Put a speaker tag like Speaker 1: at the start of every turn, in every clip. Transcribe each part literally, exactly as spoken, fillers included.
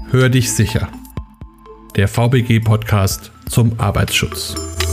Speaker 1: Hör dich sicher. Der V B G-Podcast zum Arbeitsschutz.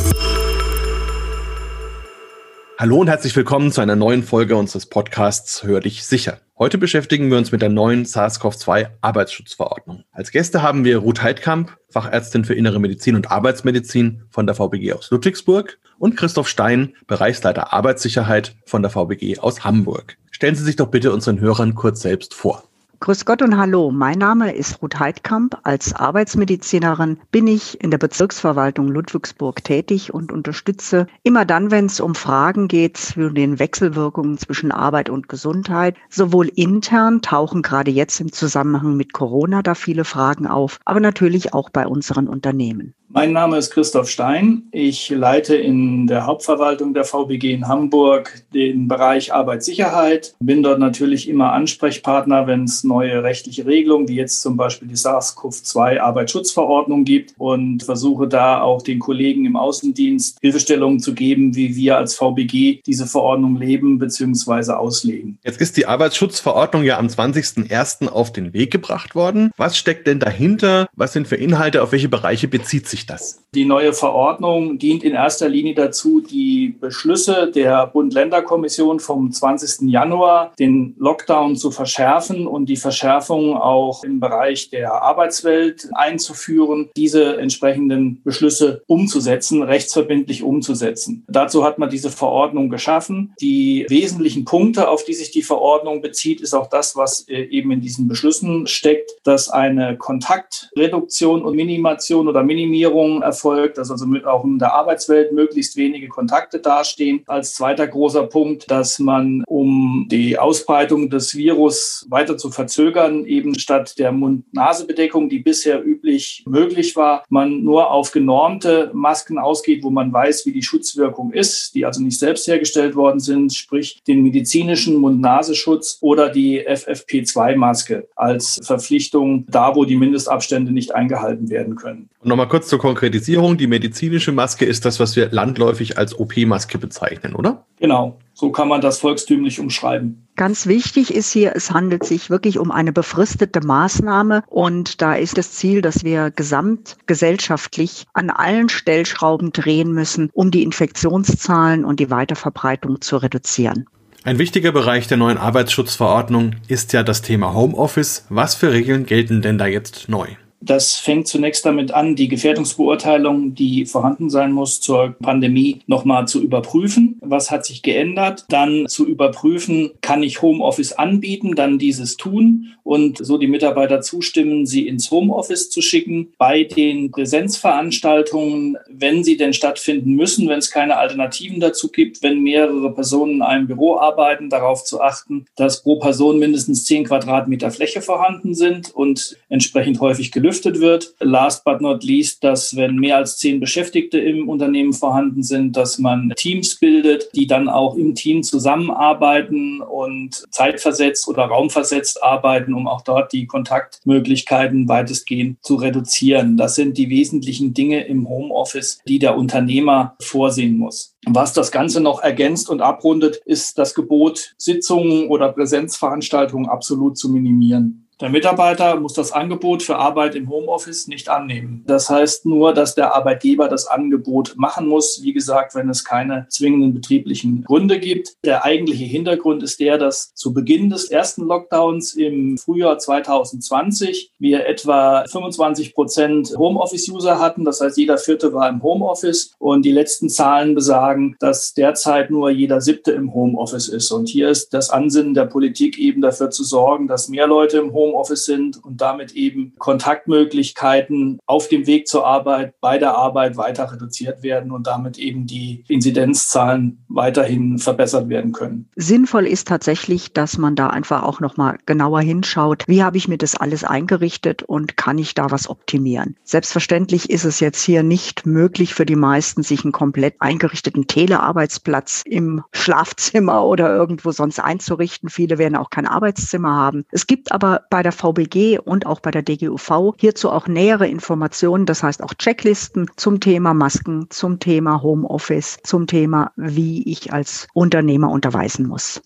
Speaker 1: Hallo und herzlich willkommen zu einer neuen Folge unseres Podcasts Hör dich sicher. Heute beschäftigen wir uns mit der neuen SARS-C o V zwei Arbeitsschutzverordnung. Als Gäste haben wir Ruth Heidkamp, Fachärztin für Innere Medizin und Arbeitsmedizin von der V B G aus Ludwigsburg, und Christoph Stein, Bereichsleiter Arbeitssicherheit von der V B G aus Hamburg. Stellen Sie sich doch bitte unseren Hörern kurz selbst vor.
Speaker 2: Grüß Gott und hallo, mein Name ist Ruth Heidkamp. Als Arbeitsmedizinerin bin ich in der Bezirksverwaltung Ludwigsburg tätig und unterstütze immer dann, wenn es um Fragen geht zu den Wechselwirkungen zwischen Arbeit und Gesundheit. Sowohl intern tauchen gerade jetzt im Zusammenhang mit Corona da viele Fragen auf, aber natürlich auch bei unseren Unternehmen.
Speaker 3: Mein Name ist Christoph Stein. Ich leite in der Hauptverwaltung der V B G in Hamburg den Bereich Arbeitssicherheit. Bin dort natürlich immer Ansprechpartner, wenn es neue rechtliche Regelungen, wie jetzt zum Beispiel die SARS-C o V zwei Arbeitsschutzverordnung gibt, und versuche da auch den Kollegen im Außendienst Hilfestellungen zu geben, wie wir als V B G diese Verordnung leben bzw. auslegen.
Speaker 1: Jetzt ist die Arbeitsschutzverordnung ja am zwanzigsten ersten auf den Weg gebracht worden. Was steckt denn dahinter? Was sind für Inhalte? Auf welche Bereiche bezieht sich das?
Speaker 3: Die neue Verordnung dient in erster Linie dazu, die Beschlüsse der Bund-Länder-Kommission vom zwanzigsten Januar, den Lockdown zu verschärfen und die Verschärfung auch im Bereich der Arbeitswelt einzuführen, diese entsprechenden Beschlüsse umzusetzen, rechtsverbindlich umzusetzen. Dazu hat man diese Verordnung geschaffen. Die wesentlichen Punkte, auf die sich die Verordnung bezieht, ist auch das, was eben in diesen Beschlüssen steckt, dass eine Kontaktreduktion und Minimation oder Minimierung erfolgt, dass also mit auch in der Arbeitswelt möglichst wenige Kontakte dastehen. Als zweiter großer Punkt, dass man, um die Ausbreitung des Virus weiter zu verzögern, eben statt der Mund-Nase-Bedeckung, die bisher üblich möglich war, man nur auf genormte Masken ausgeht, wo man weiß, wie die Schutzwirkung ist, die also nicht selbst hergestellt worden sind, sprich den medizinischen Mund-Nasenschutz oder die F F P zwei Maske als Verpflichtung da, wo die Mindestabstände nicht eingehalten werden können.
Speaker 1: Und nochmal kurz zur Konkretisierung. Die medizinische Maske ist das, was wir landläufig als O P-Maske bezeichnen, oder?
Speaker 3: Genau, so kann man das volkstümlich umschreiben.
Speaker 2: Ganz wichtig ist hier, es handelt sich wirklich um eine befristete Maßnahme, und da ist das Ziel, dass wir gesamtgesellschaftlich an allen Stellschrauben drehen müssen, um die Infektionszahlen und die Weiterverbreitung zu reduzieren.
Speaker 1: Ein wichtiger Bereich der neuen Arbeitsschutzverordnung ist ja das Thema Homeoffice. Was für Regeln gelten denn da jetzt neu?
Speaker 3: Das fängt zunächst damit an, die Gefährdungsbeurteilung, die vorhanden sein muss zur Pandemie, nochmal zu überprüfen. Was hat sich geändert? Dann zu überprüfen, kann ich Homeoffice anbieten, dann dieses tun und so die Mitarbeiter zustimmen, sie ins Homeoffice zu schicken. Bei den Präsenzveranstaltungen, wenn sie denn stattfinden müssen, wenn es keine Alternativen dazu gibt, wenn mehrere Personen in einem Büro arbeiten, darauf zu achten, dass pro Person mindestens zehn Quadratmeter Fläche vorhanden sind und entsprechend häufig gelüftet wird. Last but not least, dass wenn mehr als zehn Beschäftigte im Unternehmen vorhanden sind, dass man Teams bildet, die dann auch im Team zusammenarbeiten und zeitversetzt oder raumversetzt arbeiten, um auch dort die Kontaktmöglichkeiten weitestgehend zu reduzieren. Das sind die wesentlichen Dinge im Homeoffice, die der Unternehmer vorsehen muss. Was das Ganze noch ergänzt und abrundet, ist das Gebot, Sitzungen oder Präsenzveranstaltungen absolut zu minimieren. Der Mitarbeiter muss das Angebot für Arbeit im Homeoffice nicht annehmen. Das heißt nur, dass der Arbeitgeber das Angebot machen muss, wie gesagt, wenn es keine zwingenden betrieblichen Gründe gibt. Der eigentliche Hintergrund ist der, dass zu Beginn des ersten Lockdowns im Frühjahr zwanzig zwanzig wir etwa fünfundzwanzig Prozent Homeoffice-User hatten. Das heißt, jeder Vierte war im Homeoffice, und die letzten Zahlen besagen, dass derzeit nur jeder Siebte im Homeoffice ist. Und hier ist das Ansinnen der Politik eben dafür zu sorgen, dass mehr Leute im Homeoffice Homeoffice sind und damit eben Kontaktmöglichkeiten auf dem Weg zur Arbeit, bei der Arbeit weiter reduziert werden und damit eben die Inzidenzzahlen weiterhin verbessert werden können.
Speaker 2: Sinnvoll ist tatsächlich, dass man da einfach auch nochmal genauer hinschaut, wie habe ich mir das alles eingerichtet und kann ich da was optimieren. Selbstverständlich ist es jetzt hier nicht möglich für die meisten, sich einen komplett eingerichteten Telearbeitsplatz im Schlafzimmer oder irgendwo sonst einzurichten. Viele werden auch kein Arbeitszimmer haben. Es gibt aber bei der V B G und auch bei der D G U V hierzu auch nähere Informationen, das heißt auch Checklisten zum Thema Masken, zum Thema Homeoffice, zum Thema, wie ich als Unternehmer unterweisen muss.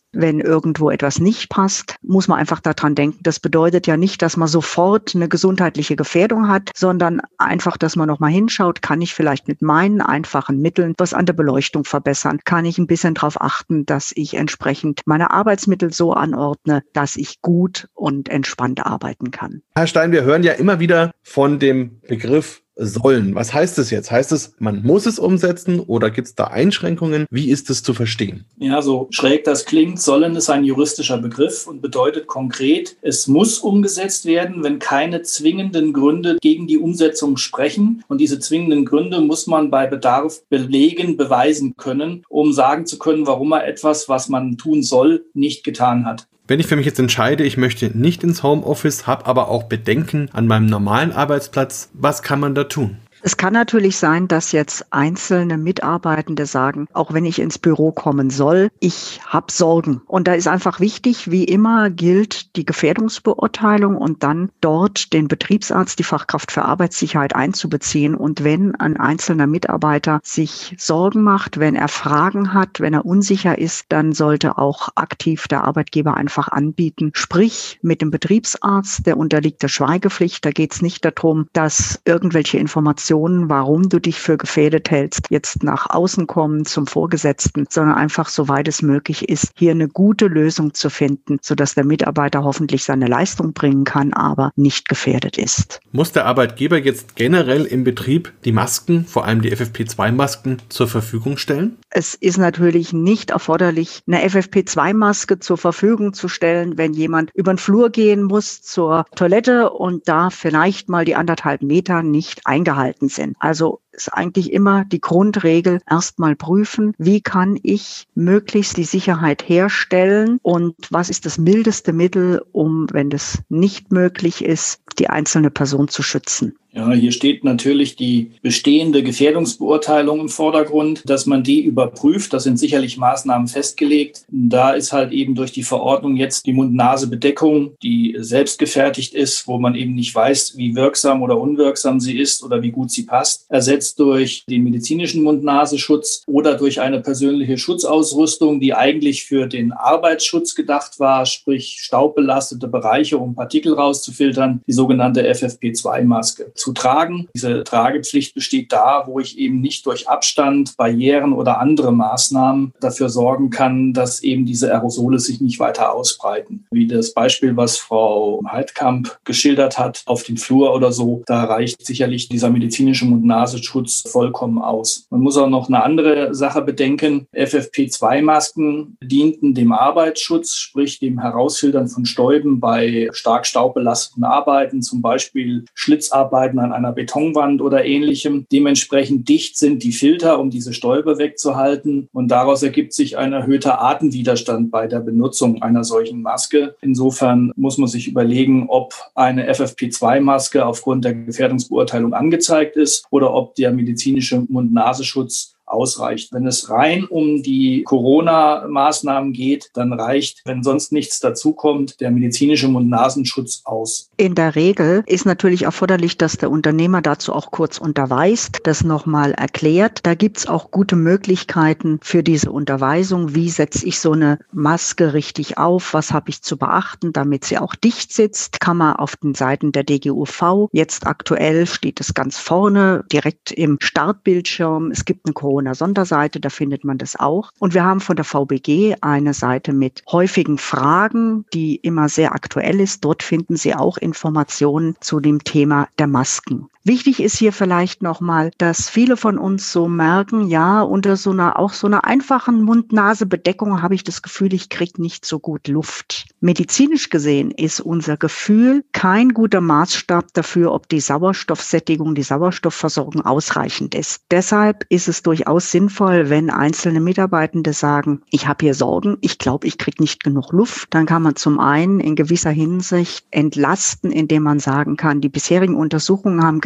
Speaker 2: wenn irgendwo etwas nicht passt, muss man einfach daran denken. Das bedeutet ja nicht, dass man sofort eine gesundheitliche Gefährdung hat, sondern einfach, dass man nochmal hinschaut, kann ich vielleicht mit meinen einfachen Mitteln was an der Beleuchtung verbessern? Kann ich ein bisschen darauf achten, dass ich entsprechend meine Arbeitsmittel so anordne, dass ich gut und entspannt arbeiten kann?
Speaker 1: Herr Stein, wir hören ja immer wieder von dem Begriff sollen. Was heißt es jetzt? Heißt es, man muss es umsetzen oder gibt es da Einschränkungen? Wie ist es zu verstehen?
Speaker 3: Ja, so schräg das klingt, sollen ist ein juristischer Begriff und bedeutet konkret, es muss umgesetzt werden, wenn keine zwingenden Gründe gegen die Umsetzung sprechen. Und diese zwingenden Gründe muss man bei Bedarf belegen, beweisen können, um sagen zu können, warum man etwas, was man tun soll, nicht getan hat.
Speaker 1: Wenn ich für mich jetzt entscheide, ich möchte nicht ins Homeoffice, habe aber auch Bedenken an meinem normalen Arbeitsplatz, was kann man da tun?
Speaker 2: Es kann natürlich sein, dass jetzt einzelne Mitarbeitende sagen, auch wenn ich ins Büro kommen soll, ich habe Sorgen. Und da ist einfach wichtig, wie immer gilt die Gefährdungsbeurteilung und dann dort den Betriebsarzt, die Fachkraft für Arbeitssicherheit einzubeziehen. Und wenn ein einzelner Mitarbeiter sich Sorgen macht, wenn er Fragen hat, wenn er unsicher ist, dann sollte auch aktiv der Arbeitgeber einfach anbieten, sprich mit dem Betriebsarzt, der unterliegt der Schweigepflicht. Da geht es nicht darum, dass irgendwelche Informationen, warum du dich für gefährdet hältst, jetzt nach außen kommen zum Vorgesetzten, sondern einfach, soweit es möglich ist, hier eine gute Lösung zu finden, sodass der Mitarbeiter hoffentlich seine Leistung bringen kann, aber nicht gefährdet ist.
Speaker 1: Muss der Arbeitgeber jetzt generell im Betrieb die Masken, vor allem die F F P zwei Masken, zur Verfügung stellen?
Speaker 2: Es ist natürlich nicht erforderlich, eine F F P zwei Maske zur Verfügung zu stellen, wenn jemand über den Flur gehen muss zur Toilette und da vielleicht mal die anderthalb Meter nicht eingehalten sind. Also ist eigentlich immer die Grundregel, erstmal prüfen, wie kann ich möglichst die Sicherheit herstellen und was ist das mildeste Mittel, um, wenn das nicht möglich ist, die einzelne Person zu schützen.
Speaker 3: Ja, hier steht natürlich die bestehende Gefährdungsbeurteilung im Vordergrund, dass man die überprüft. Das sind sicherlich Maßnahmen festgelegt. Da ist halt eben durch die Verordnung jetzt die Mund-Nase-Bedeckung, die selbst gefertigt ist, wo man eben nicht weiß, wie wirksam oder unwirksam sie ist oder wie gut sie passt, ersetzt durch den medizinischen Mund-Nase-Schutz oder durch eine persönliche Schutzausrüstung, die eigentlich für den Arbeitsschutz gedacht war, sprich staubbelastete Bereiche, um Partikel rauszufiltern, die sogenannte F F P zwei Maske. Zu tragen. Diese Tragepflicht besteht da, wo ich eben nicht durch Abstand, Barrieren oder andere Maßnahmen dafür sorgen kann, dass eben diese Aerosole sich nicht weiter ausbreiten. Wie das Beispiel, was Frau Heidkamp geschildert hat, auf dem Flur oder so, da reicht sicherlich dieser medizinische Mund-Nasenschutz vollkommen aus. Man muss auch noch eine andere Sache bedenken. F F P zwei Masken dienten dem Arbeitsschutz, sprich dem Herausfiltern von Stäuben bei stark staubbelasteten Arbeiten, zum Beispiel Schlitzarbeiten an einer Betonwand oder ähnlichem. Dementsprechend dicht sind die Filter, um diese Stäube wegzuhalten. Und daraus ergibt sich ein erhöhter Atemwiderstand bei der Benutzung einer solchen Maske. Insofern muss man sich überlegen, ob eine F F P zwei Maske aufgrund der Gefährdungsbeurteilung angezeigt ist oder ob der medizinische Mund-Nasenschutz ausreicht. Wenn es rein um die Corona-Maßnahmen geht, dann reicht, wenn sonst nichts dazukommt, der medizinische Mund-Nasenschutz aus.
Speaker 2: In der Regel ist natürlich erforderlich, dass der Unternehmer dazu auch kurz unterweist, das nochmal erklärt. Da gibt es auch gute Möglichkeiten für diese Unterweisung. Wie setze ich so eine Maske richtig auf? Was habe ich zu beachten, damit sie auch dicht sitzt? Kann man auf den Seiten der D G U V. Jetzt aktuell steht es ganz vorne, direkt im Startbildschirm. Es gibt eine Corona einer Sonderseite, da findet man das auch. Und wir haben von der V B G eine Seite mit häufigen Fragen, die immer sehr aktuell ist. Dort finden Sie auch Informationen zu dem Thema der Masken. Wichtig ist hier vielleicht nochmal, dass viele von uns so merken, ja, unter so einer, auch so einer einfachen Mund-Nase-Bedeckung habe ich das Gefühl, ich kriege nicht so gut Luft. Medizinisch gesehen ist unser Gefühl kein guter Maßstab dafür, ob die Sauerstoffsättigung, die Sauerstoffversorgung ausreichend ist. Deshalb ist es durchaus sinnvoll, wenn einzelne Mitarbeitende sagen, ich habe hier Sorgen, ich glaube, ich kriege nicht genug Luft. Dann kann man zum einen in gewisser Hinsicht entlasten, indem man sagen kann, die bisherigen Untersuchungen haben gezeigt,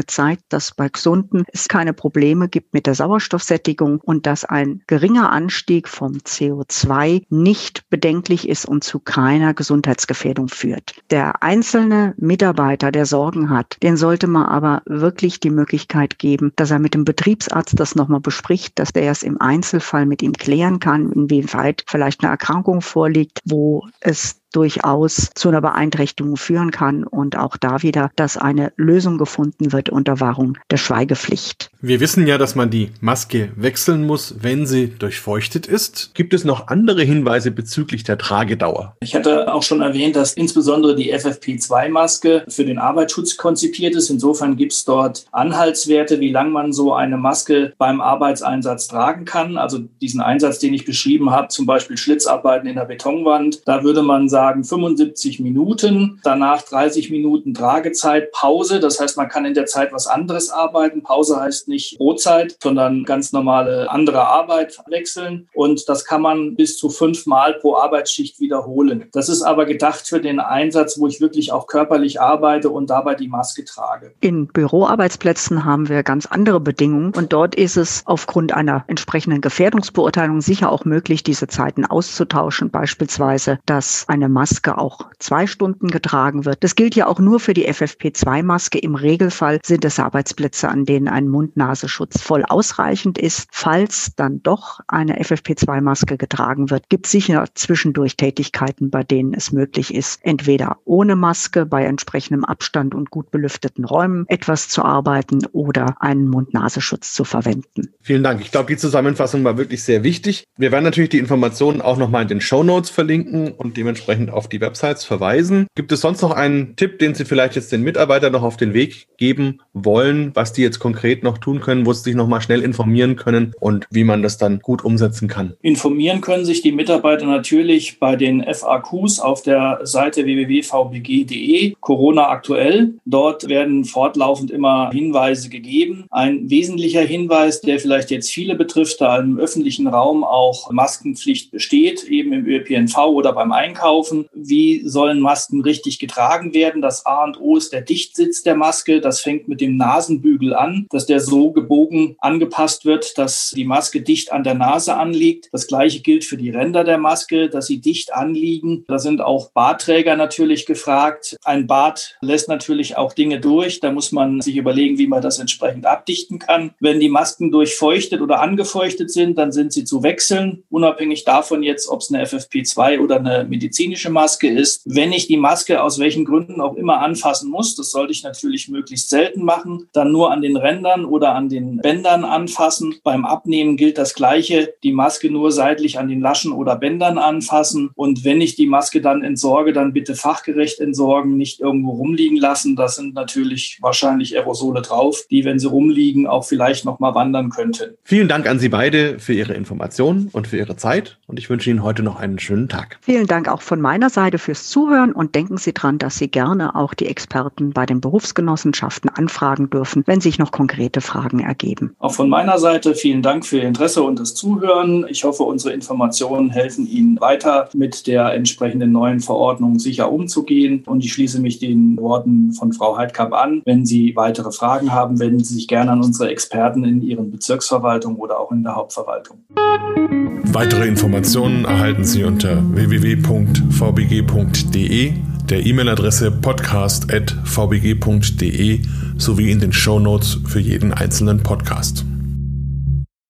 Speaker 2: gezeigt, dass bei Gesunden es keine Probleme gibt mit der Sauerstoffsättigung und dass ein geringer Anstieg vom C O zwei nicht bedenklich ist und zu keiner Gesundheitsgefährdung führt. Der einzelne Mitarbeiter, der Sorgen hat, den sollte man aber wirklich die Möglichkeit geben, dass er mit dem Betriebsarzt das nochmal bespricht, dass der es im Einzelfall mit ihm klären kann, inwieweit vielleicht eine Erkrankung vorliegt, wo es durchaus zu einer Beeinträchtigung führen kann und auch da wieder, dass eine Lösung gefunden wird unter Wahrung der Schweigepflicht.
Speaker 1: Wir wissen ja, dass man die Maske wechseln muss, wenn sie durchfeuchtet ist. Gibt es noch andere Hinweise bezüglich der Tragedauer?
Speaker 3: Ich hatte auch schon erwähnt, dass insbesondere die F F P zwei Maske für den Arbeitsschutz konzipiert ist. Insofern gibt es dort Anhaltswerte, wie lange man so eine Maske beim Arbeitseinsatz tragen kann. Also diesen Einsatz, den ich beschrieben habe, zum Beispiel Schlitzarbeiten in der Betonwand, da würde man sagen, fünfundsiebzig Minuten, danach dreißig Minuten Tragezeit, Pause. Das heißt, man kann in der Zeit was anderes arbeiten. Pause heißt nicht Brotzeit, sondern ganz normale andere Arbeit wechseln. Und das kann man bis zu fünfmal pro Arbeitsschicht wiederholen. Das ist aber gedacht für den Einsatz, wo ich wirklich auch körperlich arbeite und dabei die Maske trage.
Speaker 2: In Büroarbeitsplätzen haben wir ganz andere Bedingungen und dort ist es aufgrund einer entsprechenden Gefährdungsbeurteilung sicher auch möglich, diese Zeiten auszutauschen. Beispielsweise, dass eine Maske auch zwei Stunden getragen wird. Das gilt ja auch nur für die F F P zwei Maske. Im Regelfall sind es Arbeitsplätze, an denen ein Mund-Nasenschutz voll ausreichend ist. Falls dann doch eine F F P zwei Maske getragen wird, gibt es sicher zwischendurch Tätigkeiten, bei denen es möglich ist, entweder ohne Maske bei entsprechendem Abstand und gut belüfteten Räumen etwas zu arbeiten oder einen Mund-Nasenschutz zu verwenden.
Speaker 1: Vielen Dank. Ich glaube, die Zusammenfassung war wirklich sehr wichtig. Wir werden natürlich die Informationen auch nochmal in den Shownotes verlinken und dementsprechend auf die Websites verweisen. Gibt es sonst noch einen Tipp, den Sie vielleicht jetzt den Mitarbeitern noch auf den Weg geben wollen, was die jetzt konkret noch tun können, wo sie sich nochmal schnell informieren können und wie man das dann gut umsetzen kann?
Speaker 3: Informieren können sich die Mitarbeiter natürlich bei den F A Qs auf der Seite w w w punkt v b g punkt d e, Corona aktuell. Dort werden fortlaufend immer Hinweise gegeben. Ein wesentlicher Hinweis, der vielleicht jetzt viele betrifft, da im öffentlichen Raum auch Maskenpflicht besteht, eben im Ö P N V oder beim Einkaufen. Wie sollen Masken richtig getragen werden? Das A und O ist der Dichtsitz der Maske. Das fängt mit dem Nasenbügel an, dass der so gebogen angepasst wird, dass die Maske dicht an der Nase anliegt. Das Gleiche gilt für die Ränder der Maske, dass sie dicht anliegen. Da sind auch Bartträger natürlich gefragt. Ein Bart lässt natürlich auch Dinge durch. Da muss man sich überlegen, wie man das entsprechend abdichten kann. Wenn die Masken durchfeuchtet oder angefeuchtet sind, dann sind sie zu wechseln, unabhängig davon jetzt, ob es eine F F P zwei oder eine medizinische Maske ist. Wenn ich die Maske aus welchen Gründen auch immer anfassen muss, das sollte ich natürlich möglichst selten machen, dann nur an den Rändern oder an den Bändern anfassen. Beim Abnehmen gilt das Gleiche, die Maske nur seitlich an den Laschen oder Bändern anfassen. Und wenn ich die Maske dann entsorge, dann bitte fachgerecht entsorgen, nicht irgendwo rumliegen lassen. Das sind natürlich wahrscheinlich Aerosole drauf, die, wenn sie rumliegen, auch vielleicht noch mal wandern könnten.
Speaker 1: Vielen Dank an Sie beide für Ihre Informationen und für Ihre Zeit und ich wünsche Ihnen heute noch einen schönen Tag.
Speaker 2: Vielen Dank auch von meiner Seite fürs Zuhören und denken Sie dran, dass Sie gerne auch die Experten bei den Berufsgenossenschaften anfragen dürfen, wenn sich noch konkrete Fragen ergeben.
Speaker 3: Auch von meiner Seite vielen Dank für Ihr Interesse und das Zuhören. Ich hoffe, unsere Informationen helfen Ihnen weiter, mit der entsprechenden neuen Verordnung sicher umzugehen. Und ich schließe mich den Worten von Frau Heidkamp an. Wenn Sie weitere Fragen haben, wenden Sie sich gerne an unsere Experten in Ihren Bezirksverwaltungen oder auch in der Hauptverwaltung.
Speaker 4: Weitere Informationen erhalten Sie unter w w w punkt v b g punkt d e, der E-Mail-Adresse podcast at v b g punkt d e sowie in den Shownotes für jeden einzelnen Podcast.